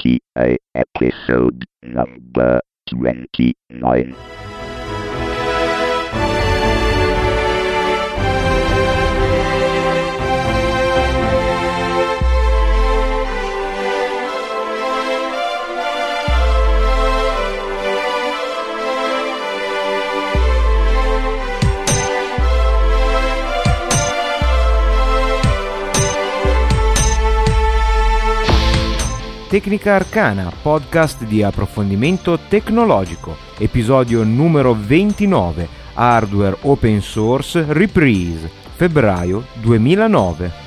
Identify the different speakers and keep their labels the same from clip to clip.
Speaker 1: GTA episode number 29.
Speaker 2: Tecnica Arcana, podcast di approfondimento tecnologico, episodio numero 29, hardware open source reprise, febbraio 2009.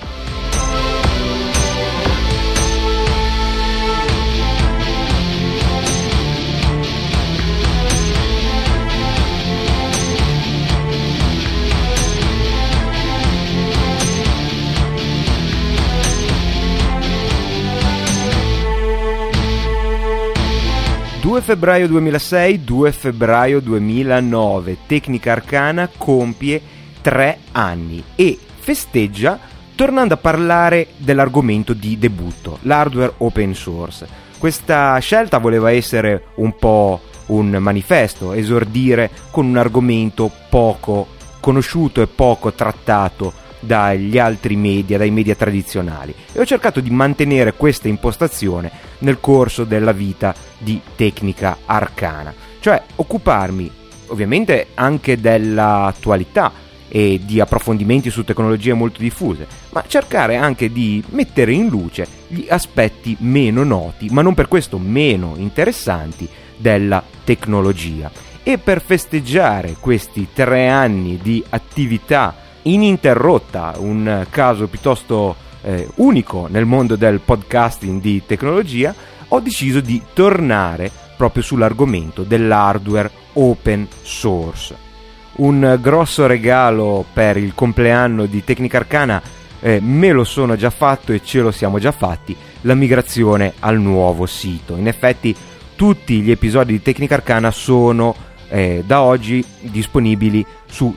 Speaker 2: 2 febbraio 2006, 2 febbraio 2009, Tecnica Arcana compie 3 anni e festeggia tornando a parlare dell'argomento di debutto, l'hardware open source. Questa scelta voleva essere un po' un manifesto, esordire con un argomento poco conosciuto e poco trattato dagli altri media, dai media tradizionali, e ho cercato di mantenere questa impostazione nel corso della vita di Tecnica Arcana, cioè occuparmi ovviamente anche dell'attualità e di approfondimenti su tecnologie molto diffuse, ma cercare anche di mettere in luce gli aspetti meno noti, ma non per questo meno interessanti, della tecnologia. E per festeggiare questi 3 anni di attività ininterrotta, un caso piuttosto unico nel mondo del podcasting di tecnologia, ho deciso di tornare proprio sull'argomento dell'hardware open source. Un grosso regalo per il compleanno di Tecnica Arcana me lo sono già fatto e ce lo siamo già fatti, la migrazione al nuovo sito. In effetti tutti gli episodi di Tecnica Arcana sono da oggi disponibili su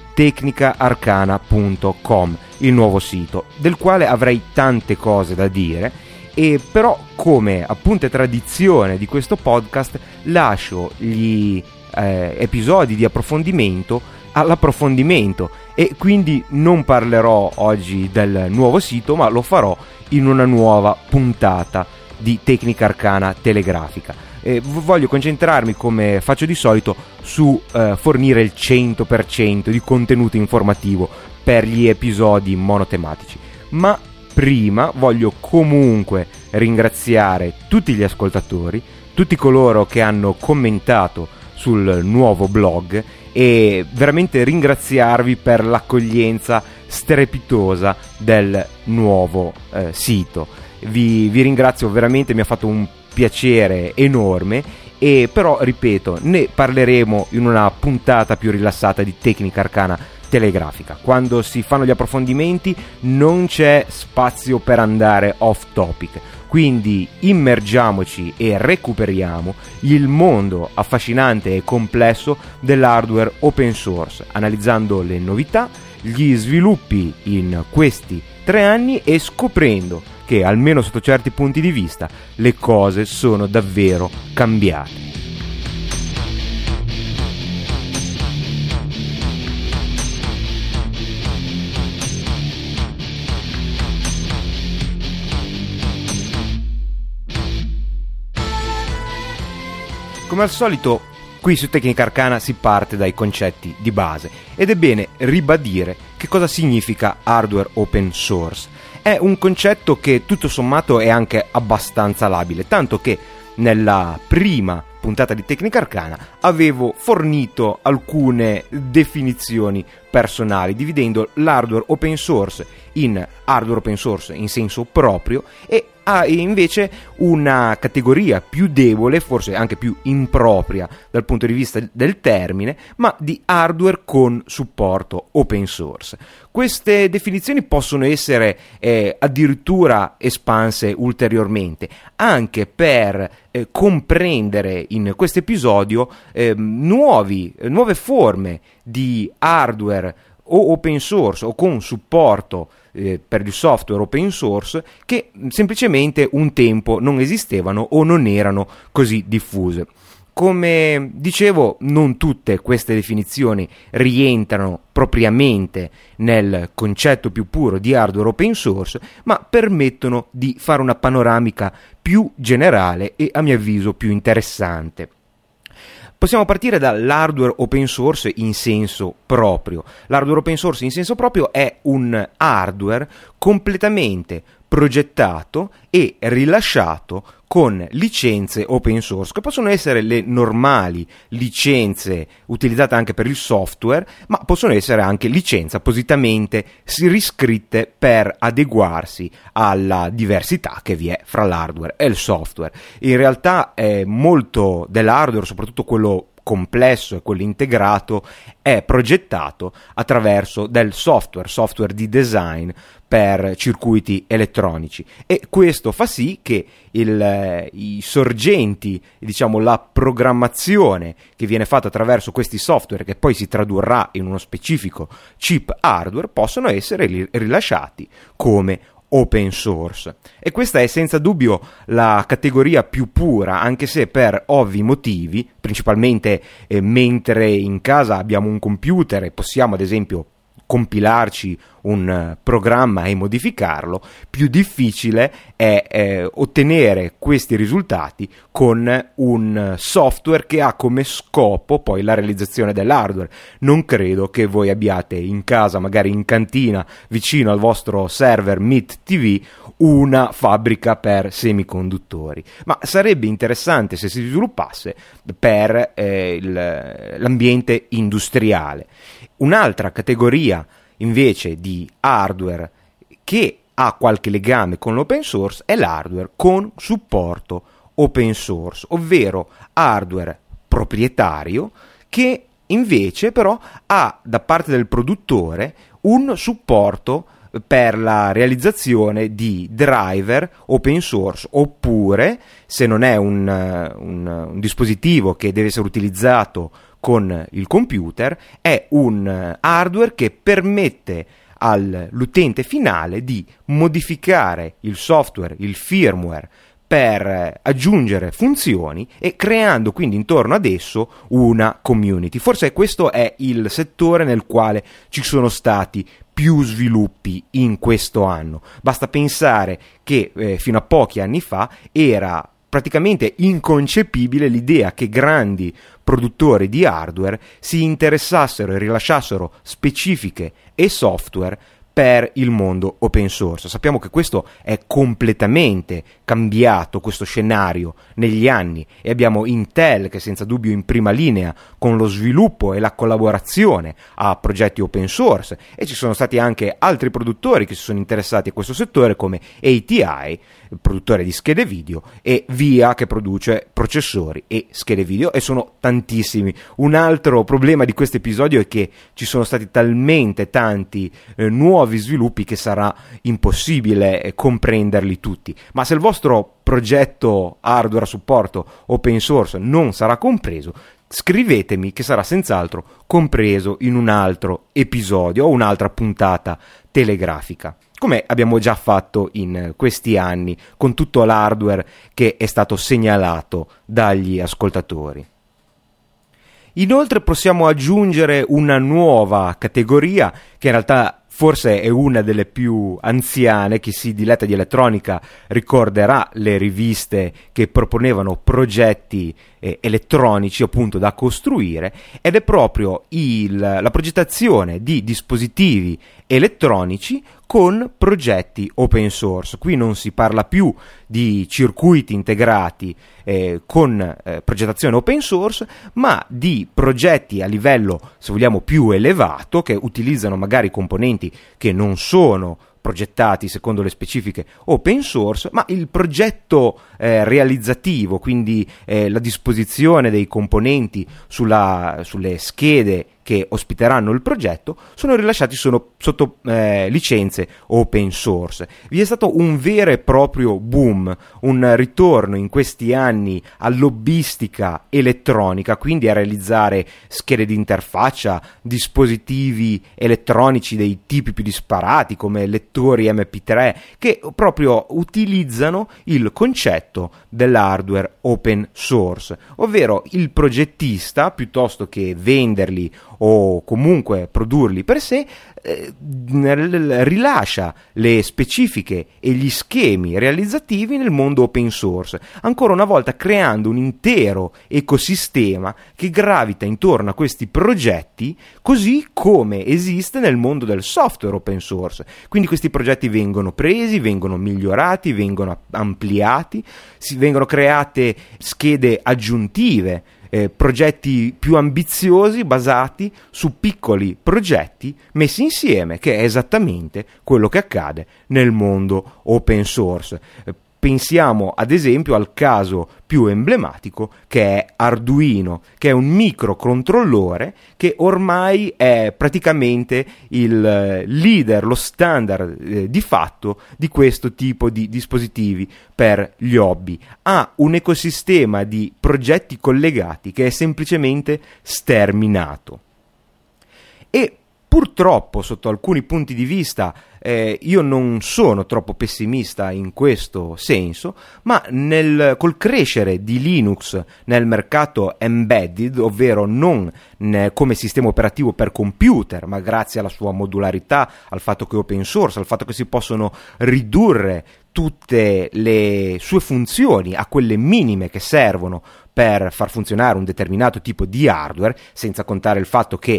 Speaker 2: tecnicaarcana.com, il nuovo sito, del quale avrei tante cose da dire, e però, come appunto è tradizione di questo podcast, lascio gli episodi di approfondimento all'approfondimento, e quindi non parlerò oggi del nuovo sito, ma lo farò in una nuova puntata di Tecnica Arcana telegrafica. Voglio concentrarmi, come faccio di solito, su fornire il 100% di contenuto informativo per gli episodi monotematici. Ma prima voglio comunque ringraziare tutti gli ascoltatori, tutti coloro che hanno commentato sul nuovo blog, e veramente ringraziarvi per l'accoglienza strepitosa del nuovo sito. Vi ringrazio veramente, mi ha fatto un piacere enorme, e però ripeto, ne parleremo in una puntata più rilassata di Tecnica Arcana telegrafica. Quando si fanno gli approfondimenti non c'è spazio per andare off topic, quindi immergiamoci e recuperiamo il mondo affascinante e complesso dell'hardware open source, analizzando le novità, gli sviluppi in questi 3 anni e scoprendo che, almeno sotto certi punti di vista, le cose sono davvero cambiate. Come al solito, qui su Tecnica Arcana si parte dai concetti di base, ed è bene ribadire che cosa significa hardware open source. È un concetto che tutto sommato è anche abbastanza labile, tanto che nella prima puntata di Tecnica Arcana avevo fornito alcune definizioni personali, dividendo l'hardware open source in hardware open source in senso proprio e invece una categoria più debole, forse anche più impropria dal punto di vista del termine, ma di hardware con supporto open source. Queste definizioni possono essere addirittura espanse ulteriormente, anche per comprendere in questo episodio nuove forme di hardware o open source o con supporto per il software open source che semplicemente un tempo non esistevano o non erano così diffuse. Come dicevo, non tutte queste definizioni rientrano propriamente nel concetto più puro di hardware open source, ma permettono di fare una panoramica più generale e, a mio avviso, più interessante. Possiamo partire dall'hardware open source in senso proprio. L'hardware open source in senso proprio è un hardware completamente progettato e rilasciato con licenze open source, che possono essere le normali licenze utilizzate anche per il software, ma possono essere anche licenze appositamente riscritte per adeguarsi alla diversità che vi è fra l'hardware e il software. In realtà molto dell'hardware, soprattutto quello complesso e quello integrato, è progettato attraverso del software di design per circuiti elettronici, e questo fa sì che i sorgenti, diciamo la programmazione che viene fatta attraverso questi software, che poi si tradurrà in uno specifico chip hardware, possono essere rilasciati come open source. E questa è senza dubbio la categoria più pura, anche se per ovvi motivi, principalmente mentre in casa abbiamo un computer e possiamo ad esempio compilarci un programma e modificarlo, più difficile è ottenere questi risultati con un software che ha come scopo poi la realizzazione dell'hardware. Non credo che voi abbiate in casa, magari in cantina, vicino al vostro server Meet TV, una fabbrica per semiconduttori, ma sarebbe interessante se si sviluppasse per l'ambiente industriale. Un'altra categoria invece di hardware che ha qualche legame con l'open source è l'hardware con supporto open source, ovvero hardware proprietario che invece però ha da parte del produttore un supporto per la realizzazione di driver open source, oppure se non è un dispositivo che deve essere utilizzato con il computer, è un hardware che permette all'utente finale di modificare il software, il firmware, per aggiungere funzioni e creando quindi intorno ad esso una community. Forse questo è il settore nel quale ci sono stati più sviluppi in questo anno. Basta pensare che fino a pochi anni fa era praticamente inconcepibile l'idea che grandi produttori di hardware si interessassero e rilasciassero specifiche e software per il mondo open source. Sappiamo che questo è completamente cambiato, questo scenario, negli anni, e abbiamo Intel che senza dubbio in prima linea con lo sviluppo e la collaborazione a progetti open source, e ci sono stati anche altri produttori che si sono interessati a questo settore come ATI, produttore di schede video, e VIA che produce processori e schede video, e sono tantissimi. Un altro problema di questo episodio è che ci sono stati talmente tanti nuovi sviluppi che sarà impossibile comprenderli tutti. Ma se il vostro progetto hardware a supporto open source non sarà compreso, scrivetemi che sarà senz'altro compreso in un altro episodio o un'altra puntata telegrafica, come abbiamo già fatto in questi anni con tutto l'hardware che è stato segnalato dagli ascoltatori. Inoltre possiamo aggiungere una nuova categoria che in realtà forse è una delle più anziane. Chi si diletta di elettronica ricorderà le riviste che proponevano progetti elettronici appunto da costruire, ed è proprio la progettazione di dispositivi elettronici con progetti open source. Qui non si parla più di circuiti integrati con progettazione open source, ma di progetti a livello, se vogliamo, più elevato, che utilizzano magari componenti che non sono progettati secondo le specifiche open source, ma il progetto realizzativo, quindi la disposizione dei componenti sulle schede che ospiteranno il progetto sono rilasciati sotto licenze open source. Vi è stato un vero e proprio boom, un ritorno in questi anni all'hobbistica elettronica, quindi a realizzare schede di interfaccia, dispositivi elettronici dei tipi più disparati come lettori MP3, che proprio utilizzano il concetto dell'hardware open source, ovvero il progettista, piuttosto che venderli o comunque produrli per sé, rilascia le specifiche e gli schemi realizzativi nel mondo open source, ancora una volta creando un intero ecosistema che gravita intorno a questi progetti, così come esiste nel mondo del software open source. Quindi questi progetti vengono presi, vengono migliorati, vengono ampliati, vengono create schede aggiuntive, progetti più ambiziosi basati su piccoli progetti messi insieme, che è esattamente quello che accade nel mondo open source. Pensiamo ad esempio al caso più emblematico, che è Arduino, che è un microcontrollore che ormai è praticamente il leader, lo standard di fatto di questo tipo di dispositivi per gli hobby. Ha un ecosistema di progetti collegati che è semplicemente sterminato. E purtroppo, sotto alcuni punti di vista, io non sono troppo pessimista in questo senso, ma col crescere di Linux nel mercato embedded, ovvero non come sistema operativo per computer, ma grazie alla sua modularità, al fatto che è open source, al fatto che si possono ridurre tutte le sue funzioni a quelle minime che servono per far funzionare un determinato tipo di hardware, senza contare il fatto che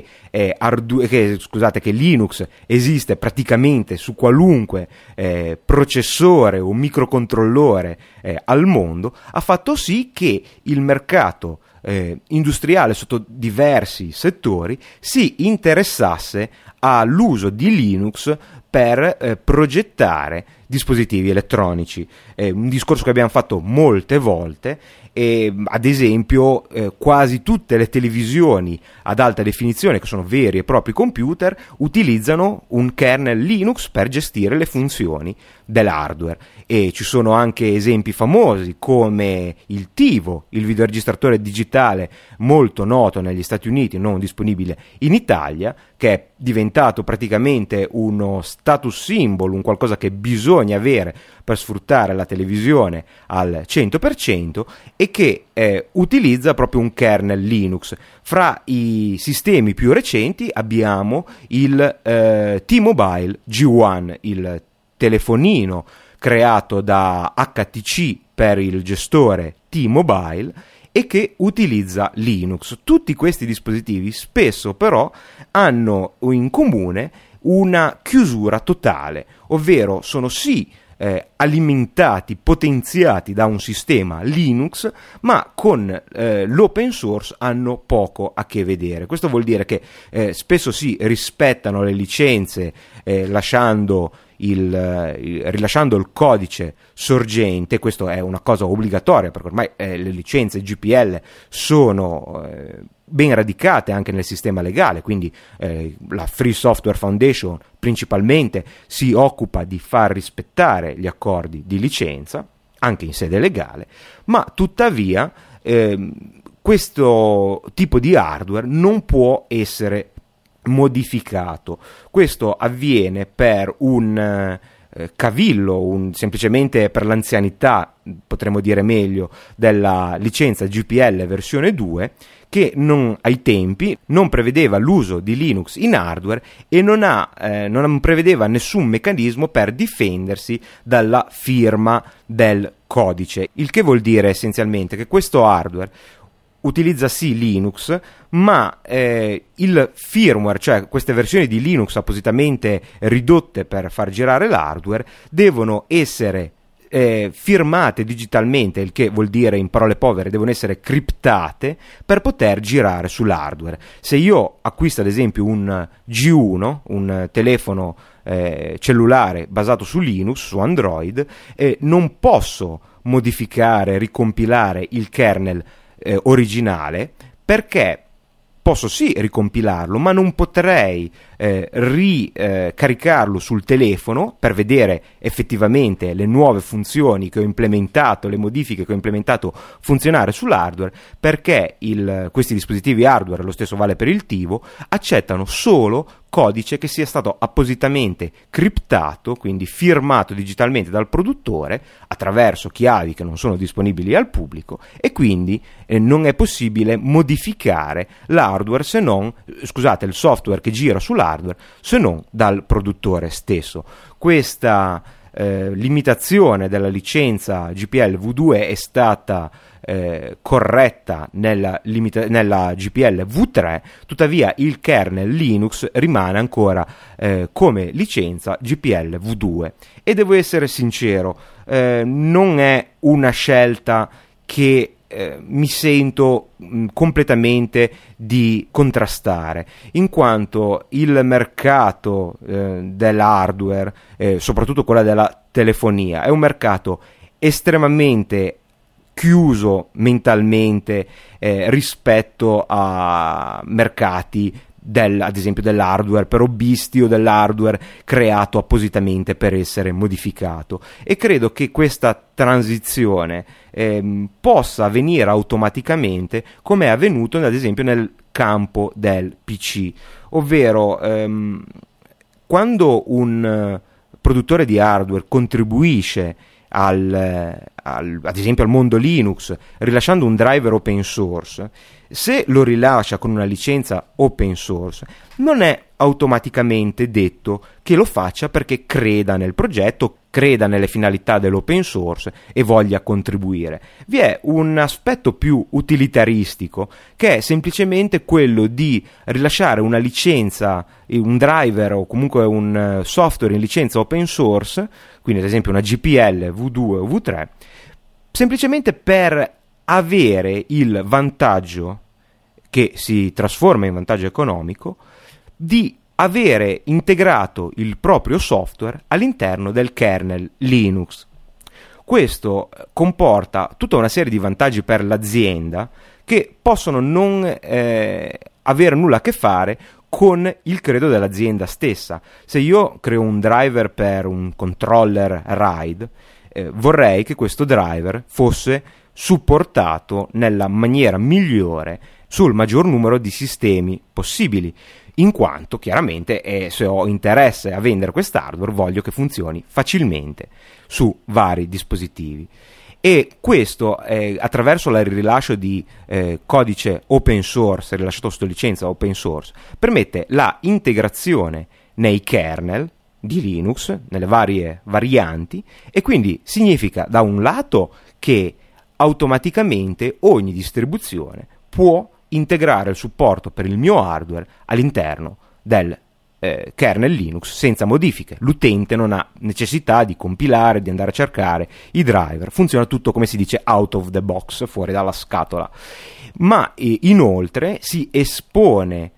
Speaker 2: Linux esiste praticamente su qualunque processore o microcontrollore al mondo, ha fatto sì che il mercato industriale sotto diversi settori si interessasse all'uso di Linux per progettare dispositivi elettronici. Un discorso che abbiamo fatto molte volte. Ad esempio quasi tutte le televisioni ad alta definizione, che sono veri e propri computer, utilizzano un kernel Linux per gestire le funzioni dell'hardware, e ci sono anche esempi famosi come il TiVo, il videoregistratore digitale molto noto negli Stati Uniti, non disponibile in Italia, che è diventato praticamente uno status symbol, un qualcosa che bisogna avere per sfruttare la televisione al 100%, e che utilizza proprio un kernel Linux. Fra i sistemi più recenti abbiamo il T-Mobile G1, il telefonino creato da HTC per il gestore T-Mobile e che utilizza Linux. Tutti questi dispositivi spesso però hanno in comune una chiusura totale, ovvero sono sì alimentati, potenziati da un sistema Linux, ma con l'open source hanno poco a che vedere. Questo vuol dire che spesso si rispettano le licenze rilasciando il codice sorgente. Questo è una cosa obbligatoria, perché ormai le licenze GPL sono ben radicate anche nel sistema legale, quindi la Free Software Foundation principalmente si occupa di far rispettare gli accordi di licenza anche in sede legale, ma tuttavia questo tipo di hardware non può essere modificato. Questo avviene per un cavillo, semplicemente per l'anzianità, potremmo dire meglio, della licenza GPL versione 2, che ai tempi non prevedeva l'uso di Linux in hardware e non prevedeva nessun meccanismo per difendersi dalla firma del codice, il che vuol dire essenzialmente che questo hardware utilizza sì Linux, ma il firmware, cioè queste versioni di Linux appositamente ridotte per far girare l'hardware, devono essere firmate digitalmente, il che vuol dire, in parole povere, devono essere criptate per poter girare sull'hardware. Se io acquisto ad esempio un G1, un telefono cellulare basato su Linux, su Android, non posso modificare, ricompilare il kernel originale, perché posso sì ricompilarlo, ma non potrei ricaricarlo sul telefono per vedere effettivamente le nuove funzioni che ho implementato, le modifiche che ho implementato funzionare sull'hardware, perché questi dispositivi hardware, lo stesso vale per il TiVo, accettano solo codice che sia stato appositamente criptato, quindi firmato digitalmente dal produttore attraverso chiavi che non sono disponibili al pubblico, e quindi non è possibile modificare l'hardware il software che gira sull'hardware, se non dal produttore stesso. Questa limitazione della licenza GPL V2 è stata corretta nella GPL V3, tuttavia il kernel Linux rimane ancora come licenza GPL V2, e devo essere sincero, non è una scelta che mi sento completamente di contrastare, in quanto il mercato dell'hardware, soprattutto quella della telefonia, è un mercato estremamente chiuso mentalmente rispetto a mercati ad esempio dell'hardware per hobbisti o dell'hardware creato appositamente per essere modificato, e credo che questa transizione possa avvenire automaticamente, come è avvenuto ad esempio nel campo del PC, ovvero quando un produttore di hardware contribuisce ad esempio al mondo Linux rilasciando un driver open source, se lo rilascia con una licenza open source non è automaticamente detto che lo faccia perché creda nel progetto, creda nelle finalità dell'open source e voglia contribuire. Vi è un aspetto più utilitaristico, che è semplicemente quello di rilasciare una licenza, un driver o comunque un software in licenza open source, quindi ad esempio una GPL V2 o V3, semplicemente per avere il vantaggio, che si trasforma in vantaggio economico, di avere integrato il proprio software all'interno del kernel Linux. Questo comporta tutta una serie di vantaggi per l'azienda che possono non avere nulla a che fare con il credo dell'azienda stessa. Se io creo un driver per un controller RAID, vorrei che questo driver fosse supportato nella maniera migliore sul maggior numero di sistemi possibili, in quanto chiaramente se ho interesse a vendere quest'hardware voglio che funzioni facilmente su vari dispositivi, e questo attraverso il rilascio di codice open source, rilasciato sotto licenza open source, permette la integrazione nei kernel di Linux, nelle varie varianti, e quindi significa da un lato che automaticamente ogni distribuzione può integrare il supporto per il mio hardware all'interno del kernel Linux senza modifiche. L'utente non ha necessità di compilare, di andare a cercare i driver, funziona tutto, come si dice, out of the box, fuori dalla scatola. Ma inoltre si espone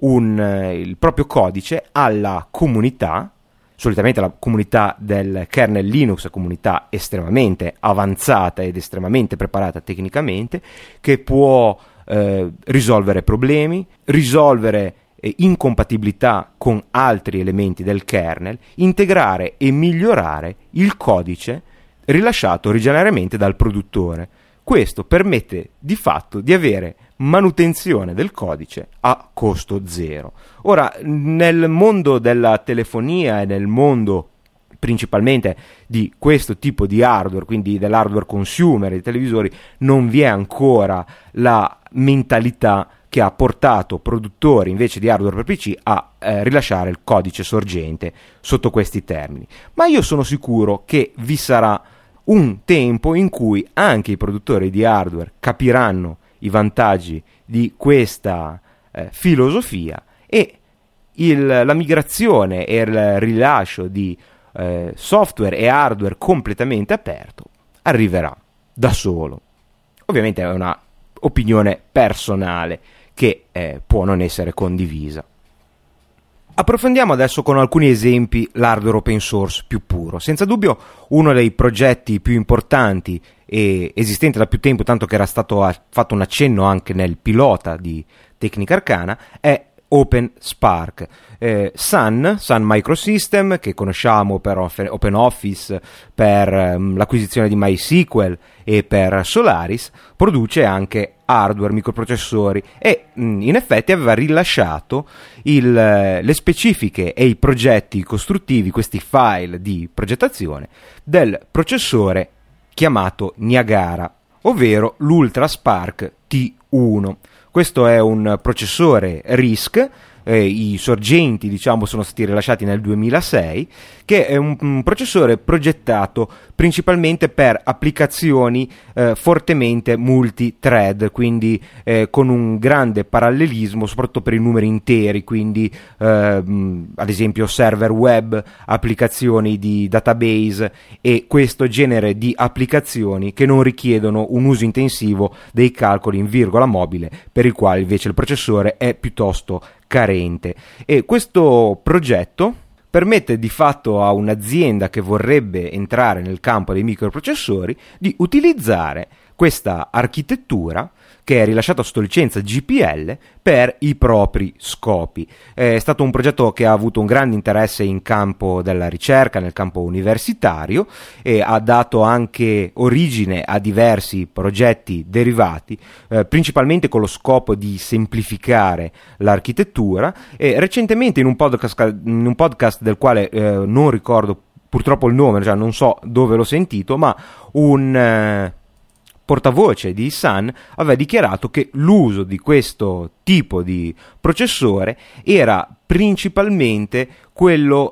Speaker 2: il proprio codice alla comunità. Solitamente la comunità del kernel Linux è comunità estremamente avanzata ed estremamente preparata tecnicamente, che può risolvere problemi, risolvere incompatibilità con altri elementi del kernel, integrare e migliorare il codice rilasciato originariamente dal produttore. Questo permette di fatto di avere manutenzione del codice a costo zero. Ora, nel mondo della telefonia e nel mondo principalmente di questo tipo di hardware, quindi dell'hardware consumer, dei televisori, non vi è ancora la mentalità che ha portato produttori invece di hardware per PC a rilasciare il codice sorgente sotto questi termini. Ma io sono sicuro che vi sarà un tempo in cui anche i produttori di hardware capiranno i vantaggi di questa filosofia, e la migrazione e il rilascio di software e hardware completamente aperto arriverà da solo. Ovviamente è una opinione personale che può non essere condivisa. Approfondiamo adesso con alcuni esempi l'hardware open source più puro. Senza dubbio uno dei progetti più importanti e esistente da più tempo, tanto che era stato fatto un accenno anche nel pilota di tecnica arcana, è OpenSpark. Sun Microsystem, che conosciamo per OpenOffice, per l'acquisizione di MySQL e per Solaris, produce anche hardware, microprocessori e in effetti aveva rilasciato le specifiche e i progetti costruttivi, questi file di progettazione del processore chiamato Niagara, ovvero l'Ultra Spark T1. Questo è un processore RISC, i sorgenti diciamo sono stati rilasciati nel 2006, che è un processore progettato principalmente per applicazioni fortemente multi-thread, quindi con un grande parallelismo soprattutto per i numeri interi, quindi ad esempio server web, applicazioni di database e questo genere di applicazioni che non richiedono un uso intensivo dei calcoli in virgola mobile, per il quale invece il processore è piuttosto carente. E questo progetto permette di fatto a un'azienda che vorrebbe entrare nel campo dei microprocessori di utilizzare questa architettura che è rilasciata sotto licenza GPL per i propri scopi. È stato un progetto che ha avuto un grande interesse in campo della ricerca, nel campo universitario, e ha dato anche origine a diversi progetti derivati, principalmente con lo scopo di semplificare l'architettura. E recentemente in un podcast del quale non ricordo purtroppo il nome, cioè non so dove l'ho sentito, ma un portavoce di Sun aveva dichiarato che l'uso di questo tipo di processore era principalmente quello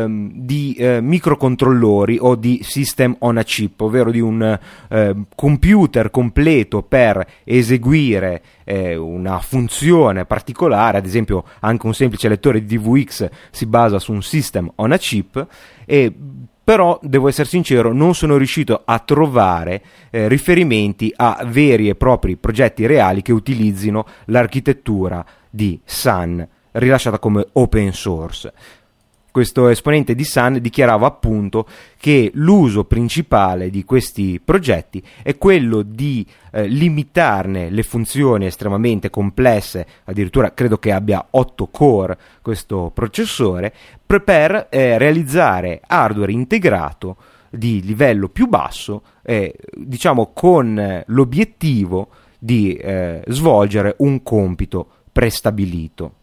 Speaker 2: di microcontrollori o di system on a chip, ovvero di un computer completo per eseguire una funzione particolare. Ad esempio anche un semplice lettore di DVX si basa su un system on a chip, e però devo essere sincero, non sono riuscito a trovare riferimenti a veri e propri progetti reali che utilizzino l'architettura di Sun rilasciata come open source. Questo esponente di Sun dichiarava appunto che l'uso principale di questi progetti è quello di limitarne le funzioni estremamente complesse, addirittura credo che abbia 8 core questo processore, per realizzare hardware integrato di livello più basso, diciamo con l'obiettivo di svolgere un compito prestabilito.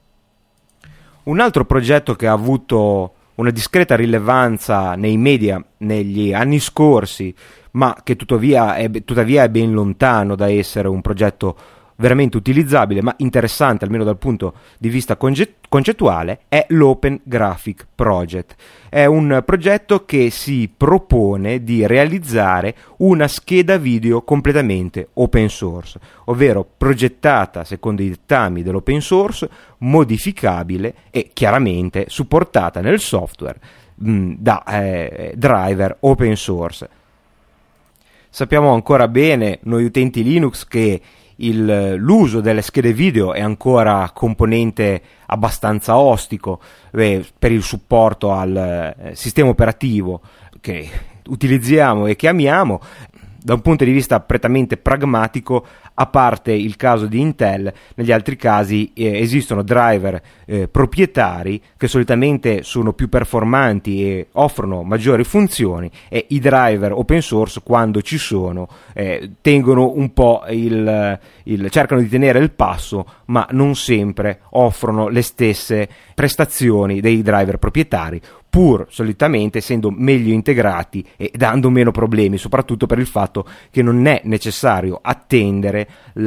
Speaker 2: Un altro progetto che ha avuto una discreta rilevanza nei media negli anni scorsi, ma che tuttavia è ben lontano da essere un progetto veramente utilizzabile, ma interessante almeno dal punto di vista concettuale, è l'Open Graphic Project. È un progetto che si propone di realizzare una scheda video completamente open source, ovvero progettata secondo i dettami dell'open source, modificabile e chiaramente supportata nel software da driver open source. Sappiamo ancora bene, noi utenti Linux, che l'uso delle schede video è ancora componente abbastanza ostico per il supporto al sistema operativo che utilizziamo e che amiamo. Da un punto di vista prettamente pragmatico, a parte il caso di Intel, negli altri casi esistono driver proprietari che solitamente sono più performanti e offrono maggiori funzioni, e i driver open source, quando ci sono, tengono un po' cercano di tenere il passo, ma non sempre offrono le stesse prestazioni dei driver proprietari, pur solitamente essendo meglio integrati e dando meno problemi, soprattutto per il fatto che non è necessario attendere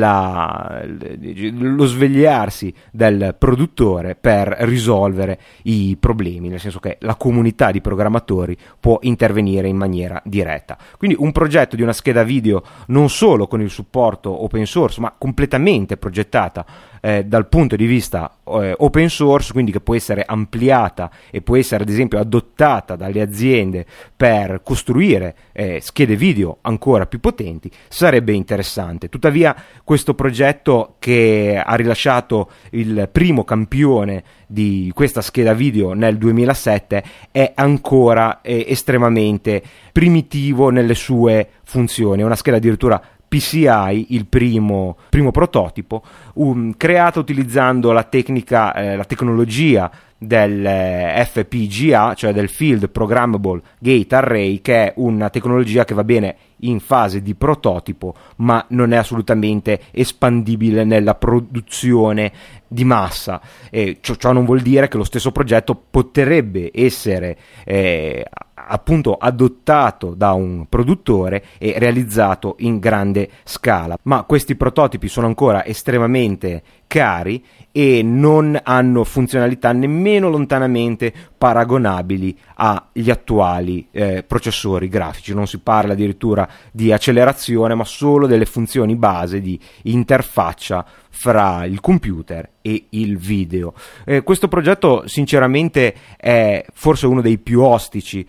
Speaker 2: lo svegliarsi del produttore per risolvere i problemi, nel senso che la comunità di programmatori può intervenire in maniera diretta. Quindi un progetto di una scheda video non solo con il supporto open source, ma completamente progettata dal punto di vista open source, quindi che può essere ampliata e può essere ad esempio adottata dalle aziende per costruire schede video ancora più potenti, sarebbe interessante. Tuttavia questo progetto, che ha rilasciato il primo campione di questa scheda video nel 2007, è ancora estremamente primitivo nelle sue funzioni. È una scheda addirittura PCI, il primo prototipo, creato utilizzando la tecnologia del FPGA, cioè del Field Programmable Gate Array, che è una tecnologia che va bene in fase di prototipo, ma non è assolutamente espandibile nella produzione di massa. Ciò non vuol dire che lo stesso progetto potrebbe essere appunto adottato da un produttore e realizzato in grande scala, ma questi prototipi sono ancora estremamente cari e non hanno funzionalità nemmeno lontanamente paragonabili agli attuali processori grafici. Non si parla addirittura di accelerazione, ma solo delle funzioni base di interfaccia fra il computer e il video. Questo progetto sinceramente è forse uno dei più ostici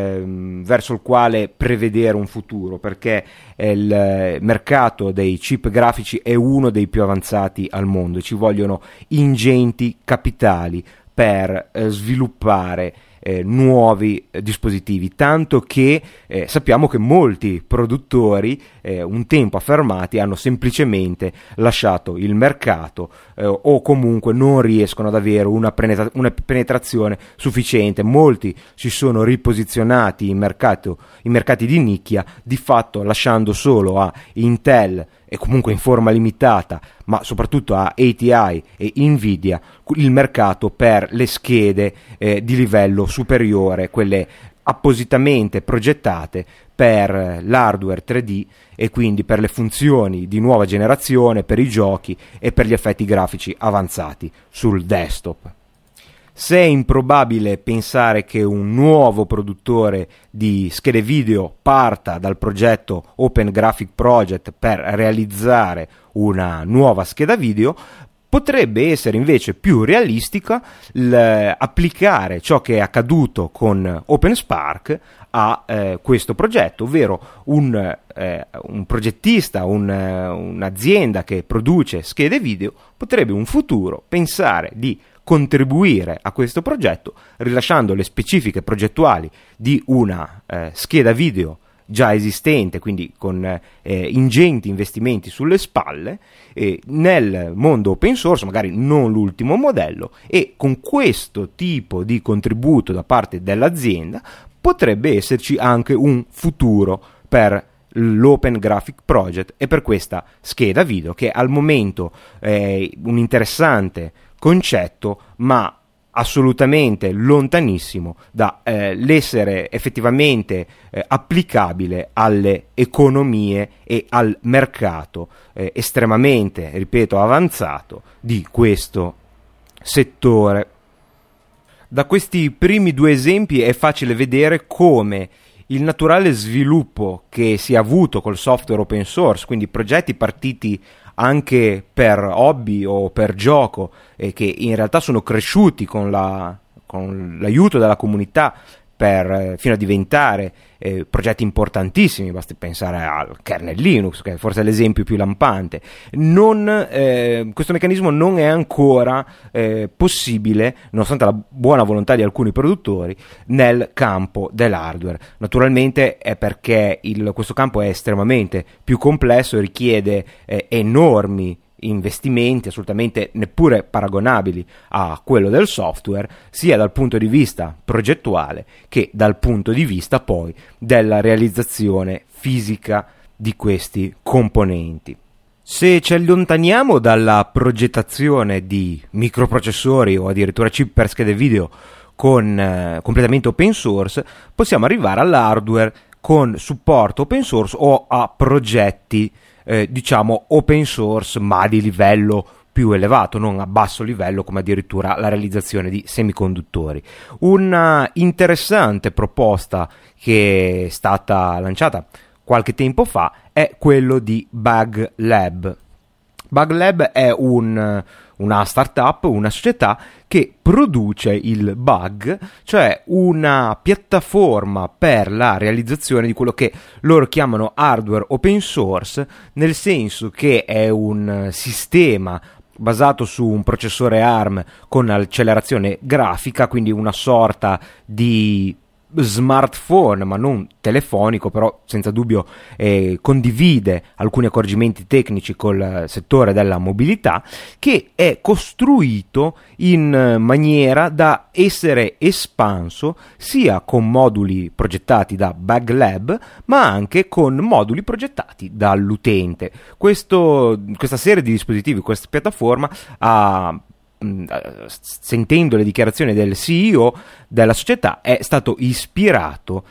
Speaker 2: verso il quale prevedere un futuro, perché il mercato dei chip grafici è uno dei più avanzati al mondo e ci vogliono ingenti capitali per sviluppare nuovi dispositivi, tanto che sappiamo che molti produttori un tempo affermati hanno semplicemente lasciato il mercato o comunque non riescono ad avere una penetrazione sufficiente. Molti si sono riposizionati in mercati di nicchia, di fatto lasciando solo a Intel e comunque in forma limitata, ma soprattutto a ATI e Nvidia, il mercato per le schede di livello superiore, quelle appositamente progettate per l'hardware 3D e quindi per le funzioni di nuova generazione, per i giochi e per gli effetti grafici avanzati sul desktop. Se è improbabile pensare che un nuovo produttore di schede video parta dal progetto Open Graphic Project per realizzare una nuova scheda video, potrebbe essere invece più realistica applicare ciò che è accaduto con OpenSpark a questo progetto, ovvero un progettista, un'azienda che produce schede video potrebbe in futuro pensare di contribuire a questo progetto rilasciando le specifiche progettuali di una scheda video già esistente, quindi con ingenti investimenti sulle spalle, nel mondo open source, magari non l'ultimo modello, e con questo tipo di contributo da parte dell'azienda potrebbe esserci anche un futuro per l'Open Graphic Project e per questa scheda video, che al momento è un interessante concetto, ma assolutamente lontanissimo dall'essere effettivamente applicabile alle economie e al mercato estremamente, ripeto, avanzato di questo settore. Da questi primi due esempi è facile vedere come il naturale sviluppo che si è avuto col software open source, quindi progetti partiti anche per hobby o per gioco, che in realtà sono cresciuti con l'aiuto della comunità fino a diventare progetti importantissimi. Basti pensare al kernel Linux, che è forse l'esempio più lampante. Questo meccanismo non è ancora possibile, nonostante la buona volontà di alcuni produttori, nel campo dell'hardware. Naturalmente è perché questo campo è estremamente più complesso e richiede enormi investimenti assolutamente neppure paragonabili a quello del software, cia dal punto di vista progettuale che dal punto di vista poi della realizzazione fisica di questi componenti. Se ci allontaniamo dalla progettazione di microprocessori o addirittura chip per schede video completamente open source, possiamo arrivare all'hardware con supporto open source o a progetti diciamo open source ma di livello più elevato, non a basso livello come addirittura la realizzazione di semiconduttori. Una interessante proposta che è stata lanciata qualche tempo fa è quello di Bug Lab. Bug Lab è una startup, una società che produce il Bug, cioè una piattaforma per la realizzazione di quello che loro chiamano hardware open source, nel senso che è un sistema basato su un processore ARM con accelerazione grafica, quindi una sorta di smartphone, ma non telefonico, però senza dubbio condivide alcuni accorgimenti tecnici col settore della mobilità, che è costruito in maniera da essere espanso sia con moduli progettati da Bug Lab, ma anche con moduli progettati dall'utente. Questa serie di dispositivi, questa piattaforma sentendo le dichiarazioni del CEO della società, è stato ispirato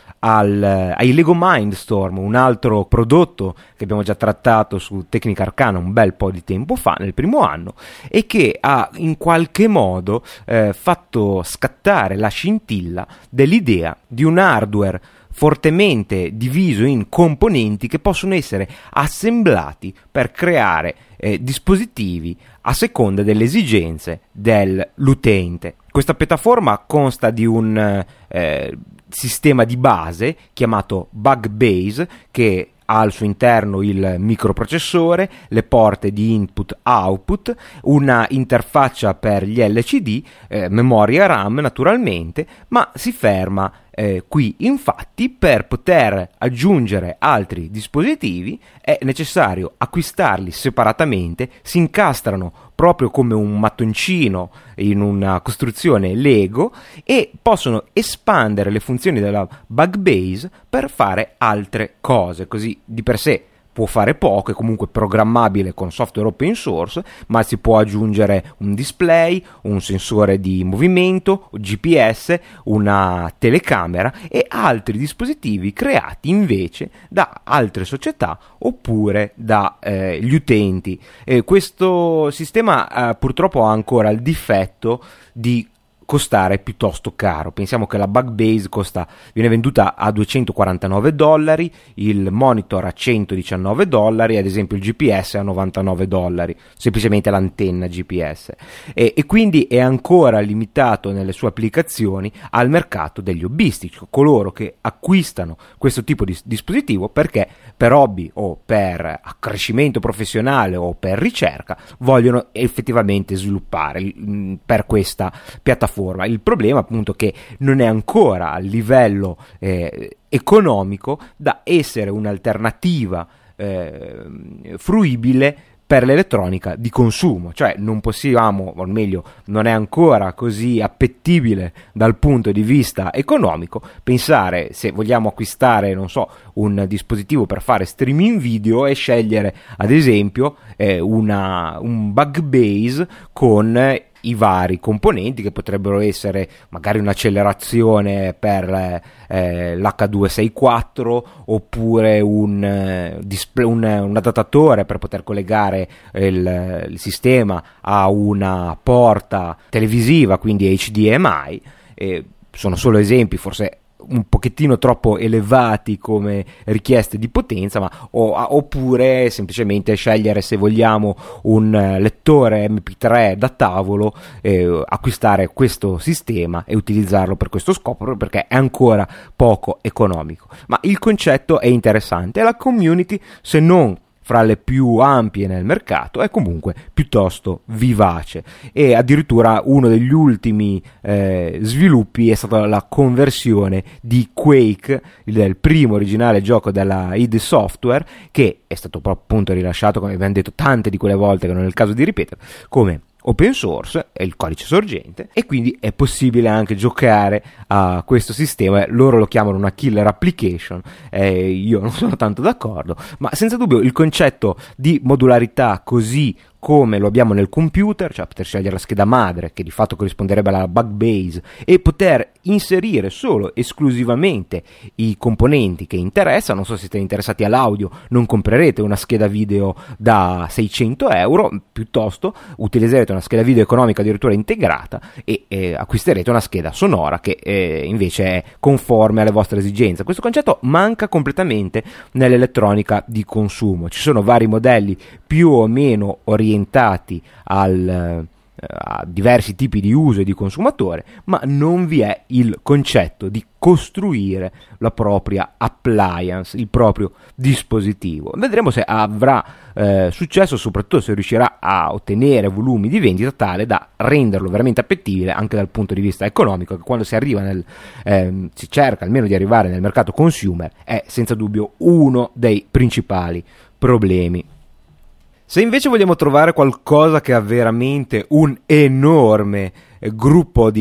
Speaker 2: ai Lego Mindstorm, un altro prodotto che abbiamo già trattato su Tecnica Arcana un bel po' di tempo fa, nel primo anno, e che ha in qualche modo fatto scattare la scintilla dell'idea di un hardware fortemente diviso in componenti che possono essere assemblati per creare dispositivi a seconda delle esigenze dell'utente. Questa piattaforma consta di un sistema di base chiamato Bugbase, che ha al suo interno il microprocessore, le porte di input-output, una interfaccia per gli LCD, memoria RAM naturalmente, ma si ferma qui. Infatti, per poter aggiungere altri dispositivi è necessario acquistarli separatamente, si incastrano proprio come un mattoncino in una costruzione Lego e possono espandere le funzioni della Bugbase per fare altre cose. Così di per sé può fare poco, è comunque programmabile con software open source, ma si può aggiungere un display, un sensore di movimento, GPS, una telecamera e altri dispositivi creati invece da altre società oppure da gli utenti. Questo sistema purtroppo ha ancora il difetto di costare piuttosto caro. Pensiamo che la Bugbase viene venduta a $249, il monitor a $119, ad esempio il GPS a $99, semplicemente l'antenna GPS, e quindi è ancora limitato nelle sue applicazioni al mercato degli hobbisti, cioè coloro che acquistano questo tipo di dispositivo perché per hobby o per accrescimento professionale o per ricerca vogliono effettivamente sviluppare per questa piattaforma. Il problema appunto che non è ancora a livello economico da essere un'alternativa fruibile per l'elettronica di consumo, cioè non possiamo, o meglio non è ancora così appetibile dal punto di vista economico pensare, se vogliamo acquistare non so un dispositivo per fare streaming video, e scegliere ad esempio un Bugbase con i vari componenti che potrebbero essere magari un'accelerazione per l'H264 oppure un adattatore per poter collegare il sistema a una porta televisiva, quindi HDMI. Sono solo esempi, forse un pochettino troppo elevati come richieste di potenza, ma oppure semplicemente scegliere se vogliamo un lettore MP3 da tavolo, acquistare questo sistema e utilizzarlo per questo scopo, perché è ancora poco economico. Ma il concetto è interessante e la community, se non fra le più ampie nel mercato, è comunque piuttosto vivace, e addirittura uno degli ultimi sviluppi è stata la conversione di Quake, il primo originale gioco della id Software, che è stato appunto rilasciato, come abbiamo detto tante di quelle volte che non è il caso di ripetere, come open source, è il codice sorgente, e quindi è possibile anche giocare a questo sistema. Loro lo chiamano una killer application, io non sono tanto d'accordo, ma senza dubbio il concetto di modularità così come lo abbiamo nel computer, cioè poter scegliere la scheda madre che di fatto corrisponderebbe alla Bugbase e poter inserire solo esclusivamente i componenti che interessano. Non so se siete interessati all'audio, non comprerete una scheda video da €600, piuttosto utilizzerete una scheda video economica addirittura integrata e acquisterete una scheda sonora che invece è conforme alle vostre esigenze. Questo concetto manca completamente nell'elettronica di consumo. Ci sono vari modelli più o meno orientati al a diversi tipi di uso e di consumatore, ma non vi è il concetto di costruire la propria appliance, il proprio dispositivo. Vedremo se avrà successo, soprattutto se riuscirà a ottenere volumi di vendita tale da renderlo veramente appetibile anche dal punto di vista economico, che quando si arriva si cerca almeno di arrivare nel mercato consumer è senza dubbio uno dei principali problemi. Se invece vogliamo trovare qualcosa che ha veramente un enorme gruppo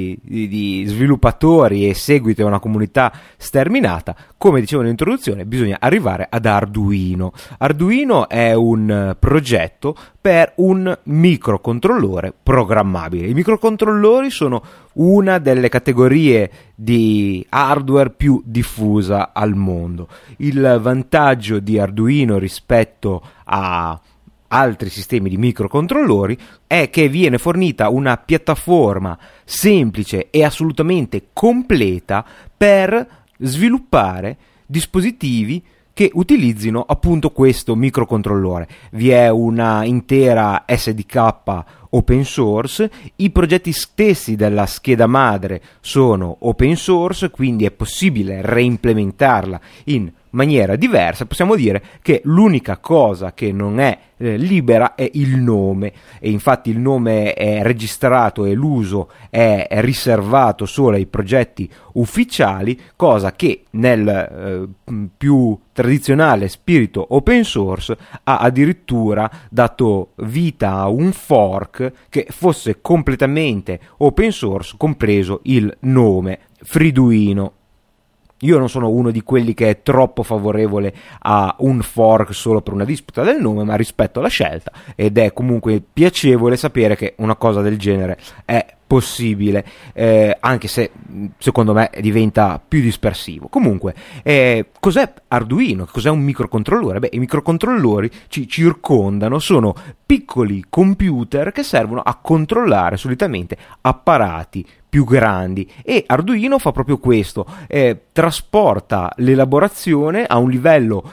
Speaker 2: di sviluppatori e seguito a una comunità sterminata, come dicevo nell'introduzione, bisogna arrivare ad Arduino. Arduino è un progetto per un microcontrollore programmabile. I microcontrollori sono una delle categorie di hardware più diffusa al mondo. Il vantaggio di Arduino rispetto a altri sistemi di microcontrollori è che viene fornita una piattaforma semplice e assolutamente completa per sviluppare dispositivi che utilizzino appunto questo microcontrollore. Vi è una intera SDK open source, i progetti stessi della scheda madre sono open source, quindi è possibile reimplementarla in maniera diversa. Possiamo dire che l'unica cosa che non è libera è il nome, e infatti il nome è registrato e l'uso è riservato solo ai progetti ufficiali, cosa che nel più tradizionale spirito open source ha addirittura dato vita a un fork che fosse completamente open source, compreso il nome Freeduino. Io non sono uno di quelli che è troppo favorevole a un fork solo per una disputa del nome, ma rispetto alla scelta, ed è comunque piacevole sapere che una cosa del genere è possibile, anche se secondo me diventa più dispersivo. Comunque, cos'è Arduino? Cos'è un microcontrollore? Beh, i microcontrollori ci circondano, sono piccoli computer che servono a controllare solitamente apparati più grandi, e Arduino fa proprio questo, trasporta l'elaborazione a un livello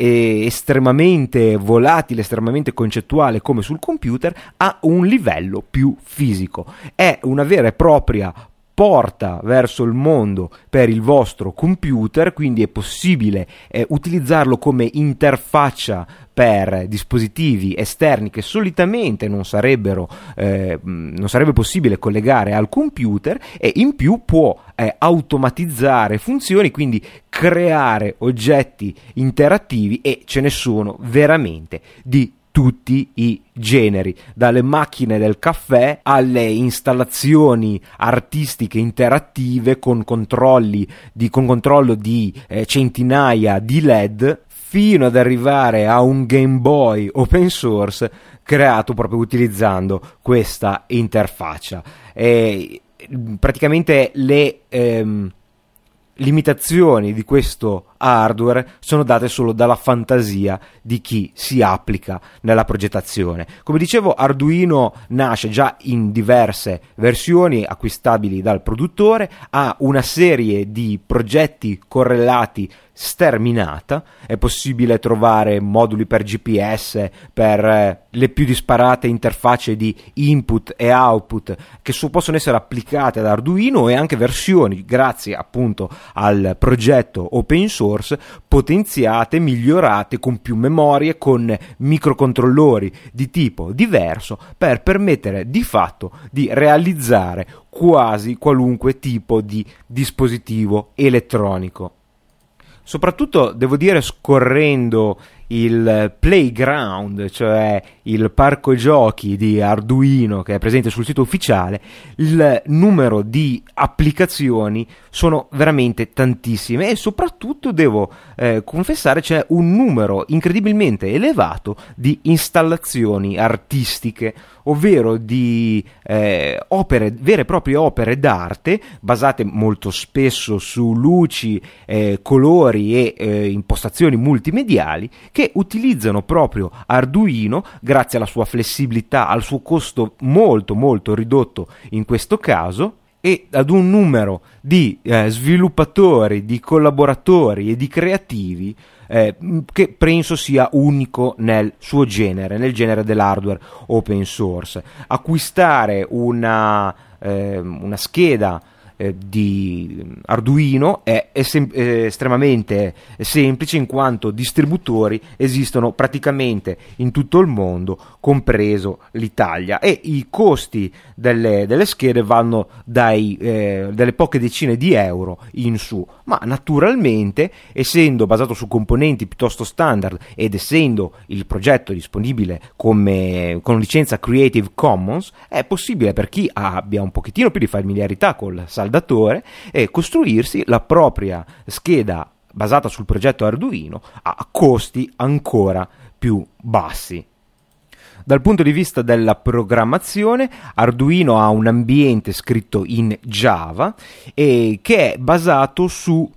Speaker 2: estremamente volatile, estremamente concettuale come sul computer, a un livello più fisico. È una vera e propria porta verso il mondo per il vostro computer, quindi è possibile utilizzarlo come interfaccia per dispositivi esterni che solitamente non sarebbe possibile collegare al computer, e in più può automatizzare funzioni, quindi creare oggetti interattivi, e ce ne sono veramente di tutti i generi, dalle macchine del caffè alle installazioni artistiche interattive con controllo di centinaia di LED, fino ad arrivare a un Game Boy open source creato proprio utilizzando questa interfaccia. Praticamente le limitazioni di questo hardware sono date solo dalla fantasia di chi si applica nella progettazione. Come dicevo, Arduino nasce già in diverse versioni acquistabili dal produttore, ha una serie di progetti correlati sterminata, è possibile trovare moduli per GPS, per le più disparate interfacce di input e output che possono essere applicate ad Arduino, e anche versioni, grazie appunto al progetto open source, potenziate, migliorate, con più memorie, con microcontrollori di tipo diverso, per permettere di fatto di realizzare quasi qualunque tipo di dispositivo elettronico. Soprattutto, devo dire, scorrendo il playground, cioè il parco giochi di Arduino che è presente sul sito ufficiale, il numero di applicazioni sono veramente tantissime, e soprattutto devo confessare c'è un numero incredibilmente elevato di installazioni artistiche, ovvero di opere, vere e proprie opere d'arte, basate molto spesso su luci, colori e impostazioni multimediali, che utilizzano proprio Arduino grazie alla sua flessibilità, al suo costo molto molto ridotto in questo caso, e ad un numero di sviluppatori, di collaboratori e di creativi che penso sia unico nel suo genere, nel genere dell'hardware open source. Acquistare una scheda di Arduino è estremamente semplice, in quanto distributori esistono praticamente in tutto il mondo, compreso l'Italia, e i costi delle schede vanno dalle poche decine di euro in su, ma naturalmente, essendo basato su componenti piuttosto standard ed essendo il progetto disponibile con licenza Creative Commons, è possibile per chi abbia un pochettino più di familiarità col saldatore e costruirsi la propria scheda basata sul progetto Arduino a costi ancora più bassi. Dal punto di vista della programmazione, Arduino ha un ambiente scritto in Java e che è basato su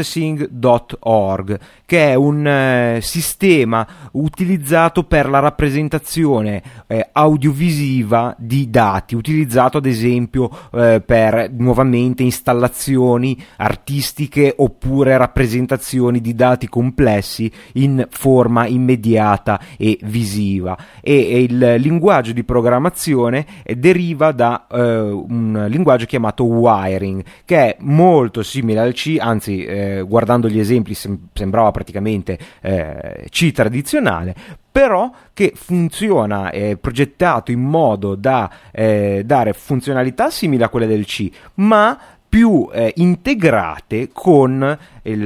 Speaker 2: processing.org, che è un sistema utilizzato per la rappresentazione audiovisiva di dati, utilizzato ad esempio per nuovamente installazioni artistiche oppure rappresentazioni di dati complessi in forma immediata e visiva. E il linguaggio di programmazione deriva da un linguaggio chiamato Wiring, che è molto simile al C, anzi guardando gli esempi sembrava praticamente C tradizionale, però che funziona, è progettato in modo da dare funzionalità simili a quelle del C, ma più integrate con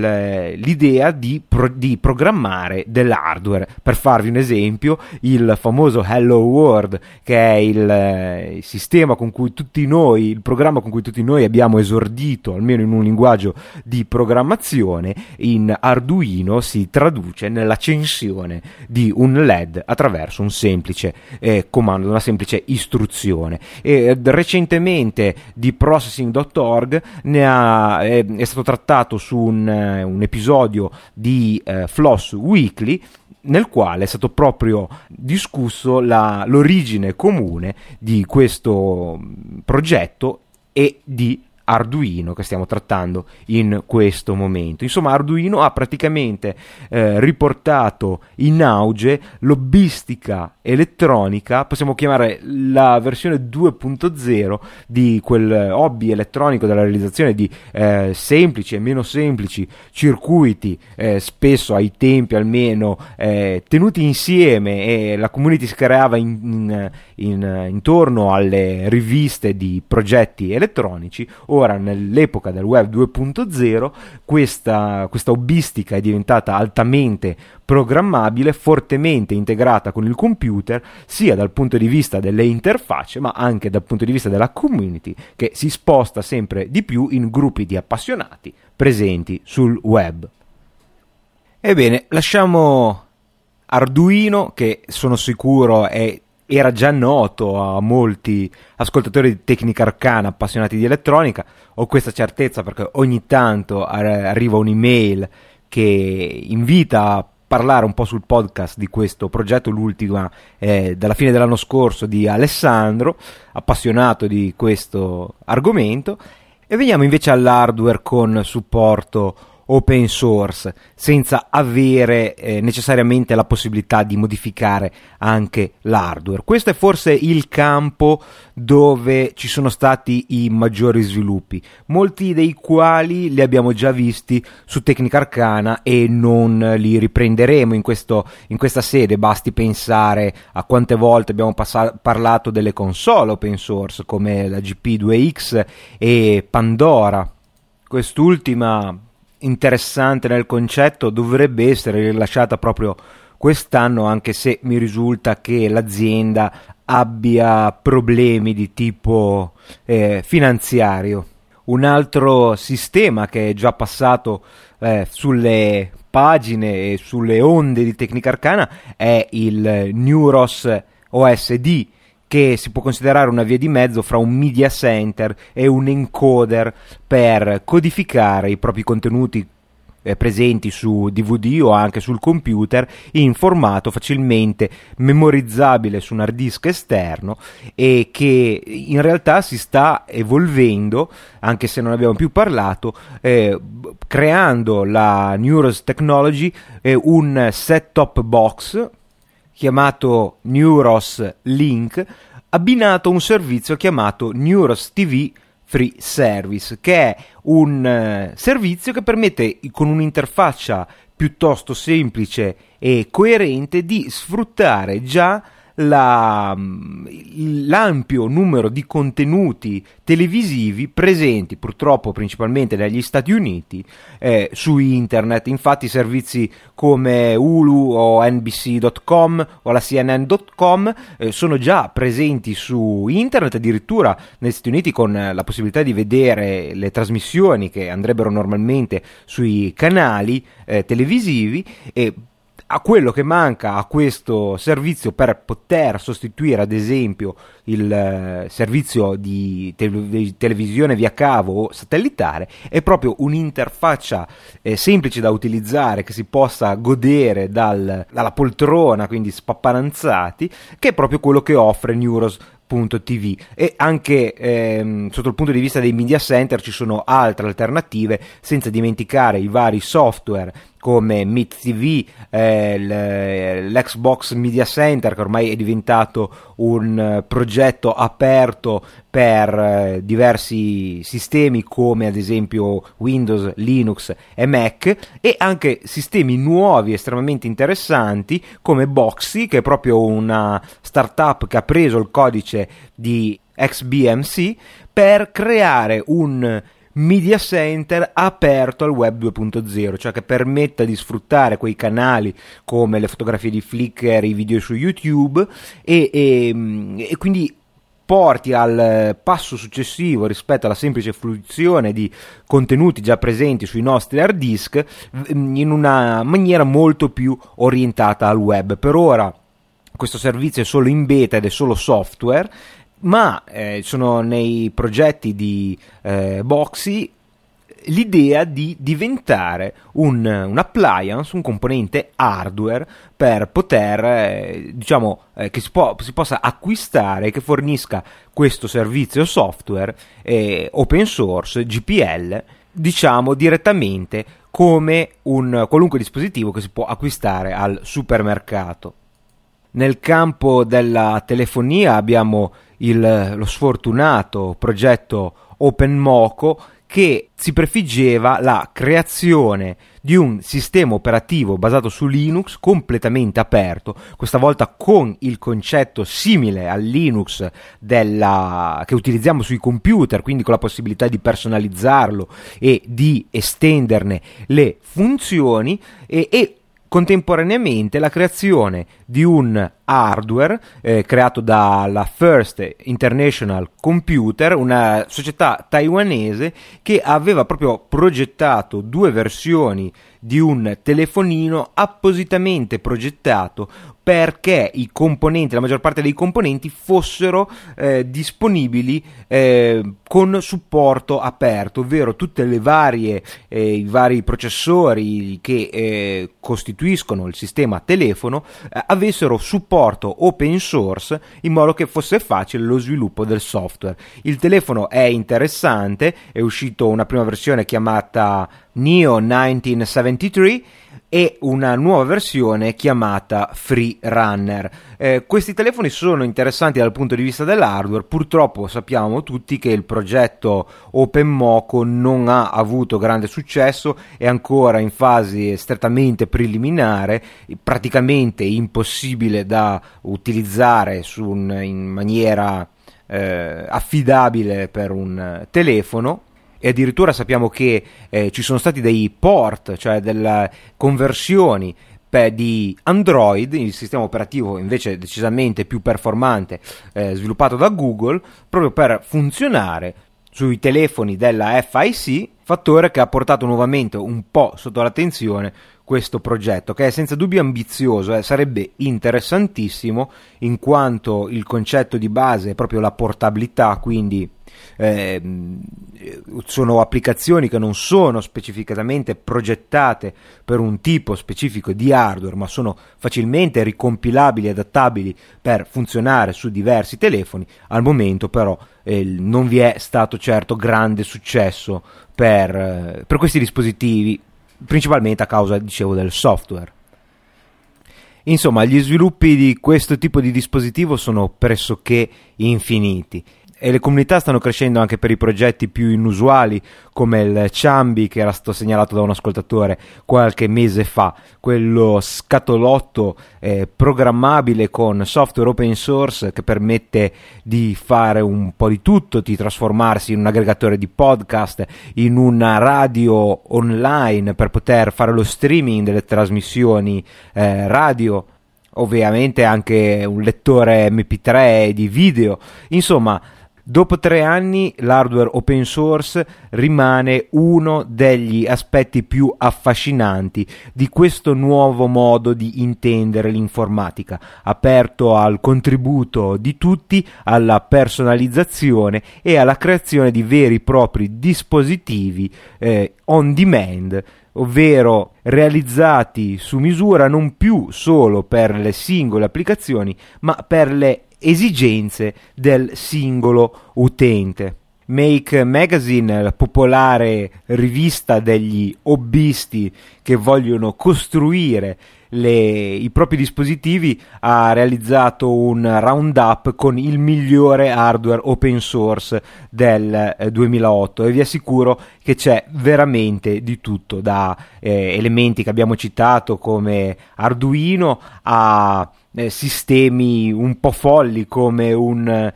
Speaker 2: l'idea di programmare dell'hardware. Per farvi un esempio, il famoso Hello World, che è il sistema con cui tutti noi, il programma con cui tutti noi abbiamo esordito, almeno in un linguaggio di programmazione, in Arduino si traduce nell'accensione di un LED attraverso un semplice comando, una semplice istruzione. E recentemente di processing.org è stato trattato su un episodio di Floss Weekly, nel quale è stato proprio discusso l'origine comune di questo progetto e di Arduino che stiamo trattando in questo momento. Insomma, Arduino ha praticamente riportato in auge l'hobbistica elettronica, possiamo chiamare la versione 2.0 di quel hobby elettronico della realizzazione di semplici e meno semplici circuiti, spesso ai tempi almeno tenuti insieme, e la community si creava intorno alle riviste di progetti elettronici. Ora, nell'epoca del web 2.0, questa hobbistica è diventata altamente programmabile, fortemente integrata con il computer, sia dal punto di vista delle interfacce ma anche dal punto di vista della community, che si sposta sempre di più in gruppi di appassionati presenti sul web. Ebbene, lasciamo Arduino, che sono sicuro era già noto a molti ascoltatori di Tecnica Arcana appassionati di elettronica. Ho questa certezza perché ogni tanto arriva un'email che invita a parlare un po' sul podcast di questo progetto, l'ultima dalla fine dell'anno scorso di Alessandro, appassionato di questo argomento. E veniamo invece all'hardware con supporto open source, senza avere necessariamente la possibilità di modificare anche l'hardware. Questo è forse il campo dove ci sono stati i maggiori sviluppi, molti dei quali li abbiamo già visti su Tecnica Arcana e non li riprenderemo in questa sede. Basti pensare a quante volte abbiamo parlato delle console open source come la GP2X e Pandora. Quest'ultima, interessante nel concetto, dovrebbe essere rilasciata proprio quest'anno, anche se mi risulta che l'azienda abbia problemi di tipo finanziario. Un altro sistema che è già passato sulle pagine e sulle onde di Tecnica Arcana è il Neuros OSD, che si può considerare una via di mezzo fra un media center e un encoder per codificare i propri contenuti presenti su DVD o anche sul computer in formato facilmente memorizzabile su un hard disk esterno, e che in realtà si sta evolvendo, anche se non abbiamo più parlato, creando la Neuros Technology un set-top box chiamato Neuros Link, abbinato a un servizio chiamato Neuros TV Free Service, che è un servizio che permette, con un'interfaccia piuttosto semplice e coerente, di sfruttare già l'ampio numero di contenuti televisivi presenti, purtroppo principalmente negli Stati Uniti, su internet. Infatti servizi come Hulu o NBC.com o la CNN.com sono già presenti su internet, addirittura negli Stati Uniti, con la possibilità di vedere le trasmissioni che andrebbero normalmente sui canali televisivi. E a quello che manca a questo servizio per poter sostituire ad esempio il servizio di televisione via cavo o satellitare è proprio un'interfaccia semplice da utilizzare, che si possa godere dalla poltrona, quindi spapparanzati, che è proprio quello che offre Neuros.tv. E anche sotto il punto di vista dei media center ci sono altre alternative, senza dimenticare i vari software come Meet TV, l'Xbox Media Center, che ormai è diventato un progetto aperto per diversi sistemi come ad esempio Windows, Linux e Mac, e anche sistemi nuovi estremamente interessanti come Boxy, che è proprio una startup che ha preso il codice di XBMC per creare un media center aperto al web 2.0, cioè che permetta di sfruttare quei canali come le fotografie di Flickr, i video su YouTube, e quindi porti al passo successivo rispetto alla semplice fruizione di contenuti già presenti sui nostri hard disk in una maniera molto più orientata al web. Per ora questo servizio è solo in beta ed è solo software, ma sono nei progetti di Boxy l'idea di diventare un appliance, un componente hardware per poter che si possa acquistare, che fornisca questo servizio software open source, GPL, direttamente come un qualunque dispositivo che si può acquistare al supermercato. Nel campo della telefonia abbiamo lo sfortunato progetto OpenMoko, che si prefiggeva la creazione di un sistema operativo basato su Linux completamente aperto, questa volta con il concetto simile al Linux che utilizziamo sui computer, quindi con la possibilità di personalizzarlo e di estenderne le funzioni, e contemporaneamente la creazione di un hardware creato dalla First International Computer, una società taiwanese che aveva proprio progettato 2 versioni di un telefonino appositamente progettato perché la maggior parte dei componenti fossero disponibili con supporto aperto, ovvero tutte le i vari processori che costituiscono il sistema telefono avessero supporto open source, in modo che fosse facile lo sviluppo del software. Il telefono è interessante, è uscito una prima versione chiamata Neo 1973 e una nuova versione chiamata Free Runner. Questi telefoni sono interessanti dal punto di vista dell'hardware. Purtroppo sappiamo tutti che il progetto OpenMoko non ha avuto grande successo, è ancora in fase strettamente preliminare, praticamente impossibile da utilizzare in maniera affidabile per un telefono. E addirittura sappiamo che ci sono stati dei port, cioè delle conversioni di Android, il sistema operativo invece decisamente più performante, sviluppato da Google, proprio per funzionare sui telefoni della FIC, fattore che ha portato nuovamente un po' sotto l'attenzione questo progetto, che è senza dubbio ambizioso, sarebbe interessantissimo, in quanto il concetto di base è proprio la portabilità, quindi sono applicazioni che non sono specificatamente progettate per un tipo specifico di hardware, ma sono facilmente ricompilabili e adattabili per funzionare su diversi telefoni. Al momento però non vi è stato certo grande successo per questi dispositivi, principalmente a causa, dicevo, del software. Insomma, gli sviluppi di questo tipo di dispositivo sono pressoché infiniti e le comunità stanno crescendo anche per i progetti più inusuali, come il Ciambi, che era stato segnalato da un ascoltatore qualche mese fa, quello scatolotto programmabile con software open source che permette di fare un po' di tutto, di trasformarsi in un aggregatore di podcast, in una radio online per poter fare lo streaming delle trasmissioni radio, ovviamente anche un lettore MP3 di video. Insomma, dopo 3 anni l'hardware open source rimane uno degli aspetti più affascinanti di questo nuovo modo di intendere l'informatica, aperto al contributo di tutti, alla personalizzazione e alla creazione di veri e propri dispositivi on demand, ovvero realizzati su misura non più solo per le singole applicazioni, ma per le esigenze del singolo utente. Make Magazine, la popolare rivista degli hobbisti che vogliono costruire i propri dispositivi, ha realizzato un roundup con il migliore hardware open source del 2008 e vi assicuro che c'è veramente di tutto, da elementi che abbiamo citato come Arduino a sistemi un po' folli come un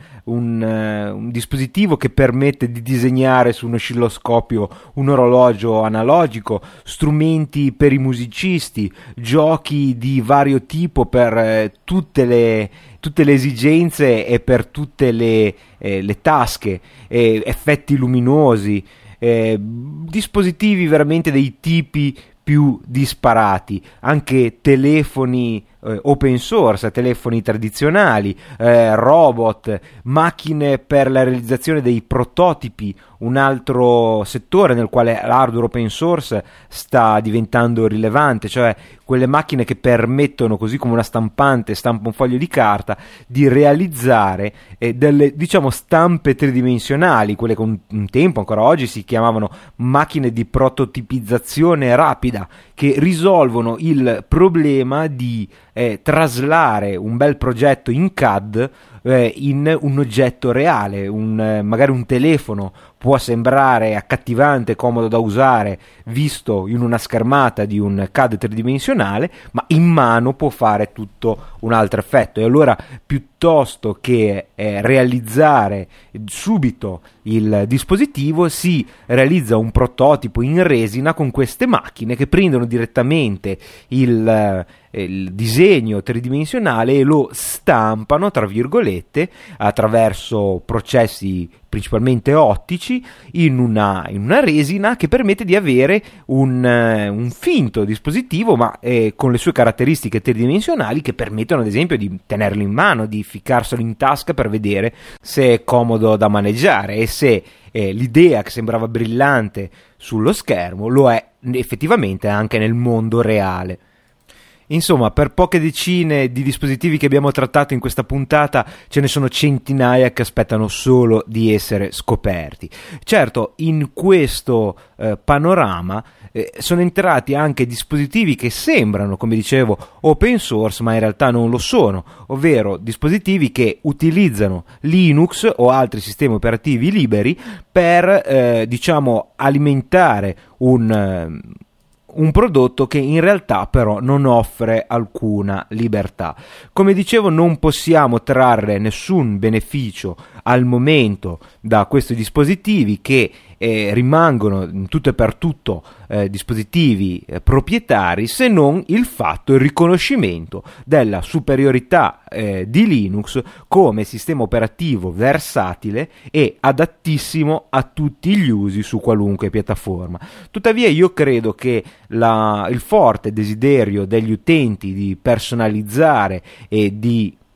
Speaker 2: dispositivo che permette di disegnare su un oscilloscopio un orologio analogico, strumenti per i musicisti, giochi di vario tipo per tutte le esigenze e per tutte le tasche, effetti luminosi, dispositivi veramente dei tipi più disparati, anche telefoni open source, telefoni tradizionali, robot, macchine per la realizzazione dei prototipi, un altro settore nel quale l'hardware open source sta diventando rilevante, cioè quelle macchine che permettono, così come una stampante stampa un foglio di carta, di realizzare delle, diciamo, stampe tridimensionali, quelle che un tempo, ancora oggi, si chiamavano macchine di prototipizzazione rapida, che risolvono il problema di traslare un bel progetto in CAD in un oggetto reale. Magari un telefono può sembrare accattivante, comodo da usare visto in una schermata di un CAD tridimensionale, ma in mano può fare tutto un altro effetto. E allora, piuttosto che realizzare subito il dispositivo, si realizza un prototipo in resina con queste macchine che prendono direttamente il disegno tridimensionale e lo stampano, tra virgolette, attraverso processi principalmente ottici, in una resina che permette di avere un finto dispositivo, ma con le sue caratteristiche tridimensionali, che permettono ad esempio di tenerlo in mano, di ficcarselo in tasca per vedere se è comodo da maneggiare e se l'idea che sembrava brillante sullo schermo lo è effettivamente anche nel mondo reale. Insomma, per poche decine di dispositivi che abbiamo trattato in questa puntata, ce ne sono centinaia che aspettano solo di essere scoperti. Certo, in questo panorama sono entrati anche dispositivi che sembrano, come dicevo, open source, ma in realtà non lo sono, ovvero dispositivi che utilizzano Linux o altri sistemi operativi liberi per, alimentare un prodotto che in realtà però non offre alcuna libertà. Come dicevo, non possiamo trarre nessun beneficio al momento da questi dispositivi, che rimangono in tutto e per tutto dispositivi proprietari, se non il riconoscimento della superiorità di Linux come sistema operativo versatile e adattissimo a tutti gli usi su qualunque piattaforma. Tuttavia io credo che il forte desiderio degli utenti di personalizzare e di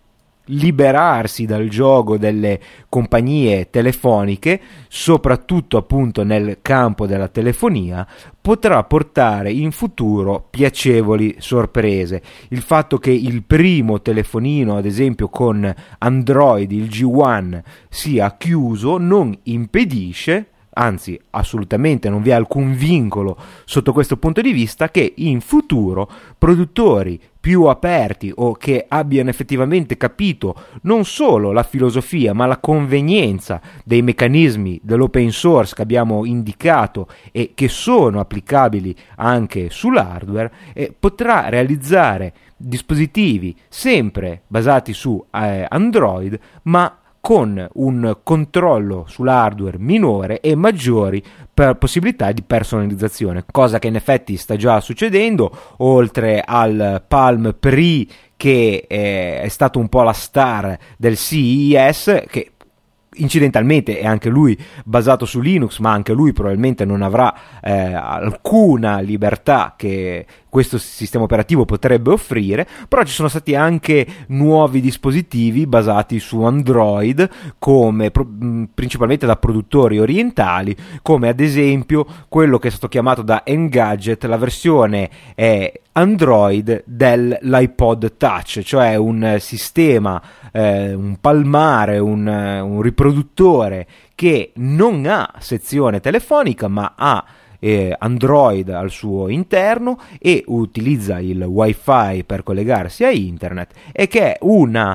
Speaker 2: liberarsi dal giogo delle compagnie telefoniche, soprattutto appunto nel campo della telefonia, potrà portare in futuro piacevoli sorprese. Il fatto che il primo telefonino, ad esempio con Android, il G1, sia chiuso non impedisce, anzi assolutamente non vi è alcun vincolo sotto questo punto di vista, che in futuro produttori più aperti o che abbiano effettivamente capito non solo la filosofia ma la convenienza dei meccanismi dell'open source che abbiamo indicato e che sono applicabili anche sull'hardware, potrà realizzare dispositivi sempre basati su Android, ma con un controllo sull'hardware minore e maggiori possibilità di personalizzazione, cosa che in effetti sta già succedendo, oltre al Palm Pre che è stato un po' la star del CES, che incidentalmente è anche lui basato su Linux, ma anche lui probabilmente non avrà alcuna libertà che questo sistema operativo potrebbe offrire. Però ci sono stati anche nuovi dispositivi basati su Android, come principalmente da produttori orientali, come ad esempio quello che è stato chiamato da Engadget la versione Android dell'iPod Touch, cioè un sistema, un palmare, un riproduttore che non ha sezione telefonica ma ha Android al suo interno e utilizza il wifi per collegarsi a internet, e che è una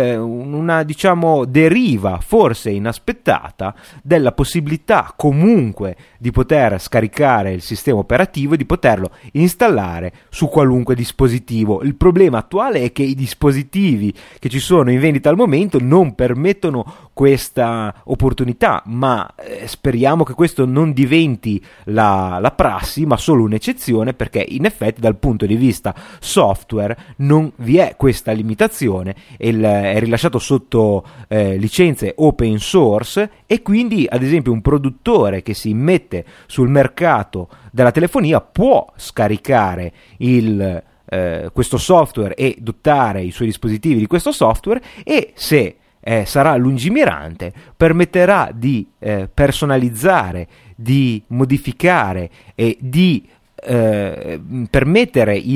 Speaker 2: diciamo deriva forse inaspettata della possibilità comunque di poter scaricare il sistema operativo e di poterlo installare su qualunque dispositivo. Il problema attuale è che i dispositivi che ci sono in vendita al momento non permettono questa opportunità, ma speriamo che questo non diventi la prassi, ma solo un'eccezione, perché in effetti dal punto di vista software non vi è questa limitazione, è rilasciato sotto licenze open source, e quindi ad esempio un produttore che si immette sul mercato della telefonia può scaricare questo software e dotare i suoi dispositivi di questo software, e se sarà lungimirante permetterà di personalizzare, di modificare e di permettere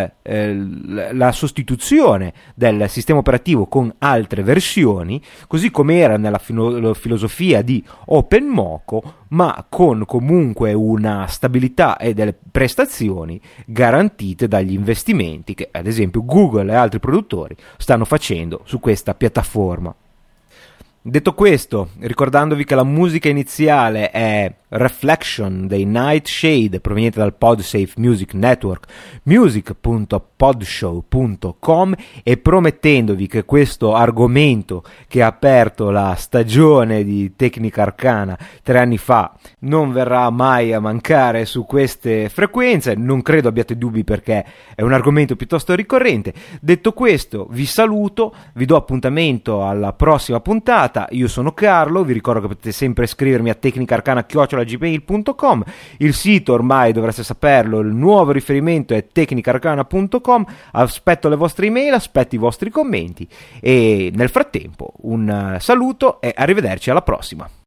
Speaker 2: la sostituzione del sistema operativo con altre versioni, così come era nella filosofia di OpenMoko, ma con comunque una stabilità e delle prestazioni garantite dagli investimenti che ad esempio Google e altri produttori stanno facendo su questa piattaforma. Detto questo, ricordandovi che la musica iniziale è Reflection dei Nightshade, proveniente dal PodSafe Music Network, music.podshow.com, e promettendovi che questo argomento che ha aperto la stagione di Tecnica Arcana 3 anni fa non verrà mai a mancare su queste frequenze. Non credo abbiate dubbi, perché è un argomento piuttosto ricorrente. Detto questo, vi saluto, vi do appuntamento alla prossima puntata. Io sono Carlo, vi ricordo che potete sempre scrivermi a tecnicarcana@gmail.com. Il sito, ormai dovreste saperlo, il nuovo riferimento è tecnicarcana.com. Aspetto le vostre email, aspetto i vostri commenti, e nel frattempo un saluto e arrivederci alla prossima.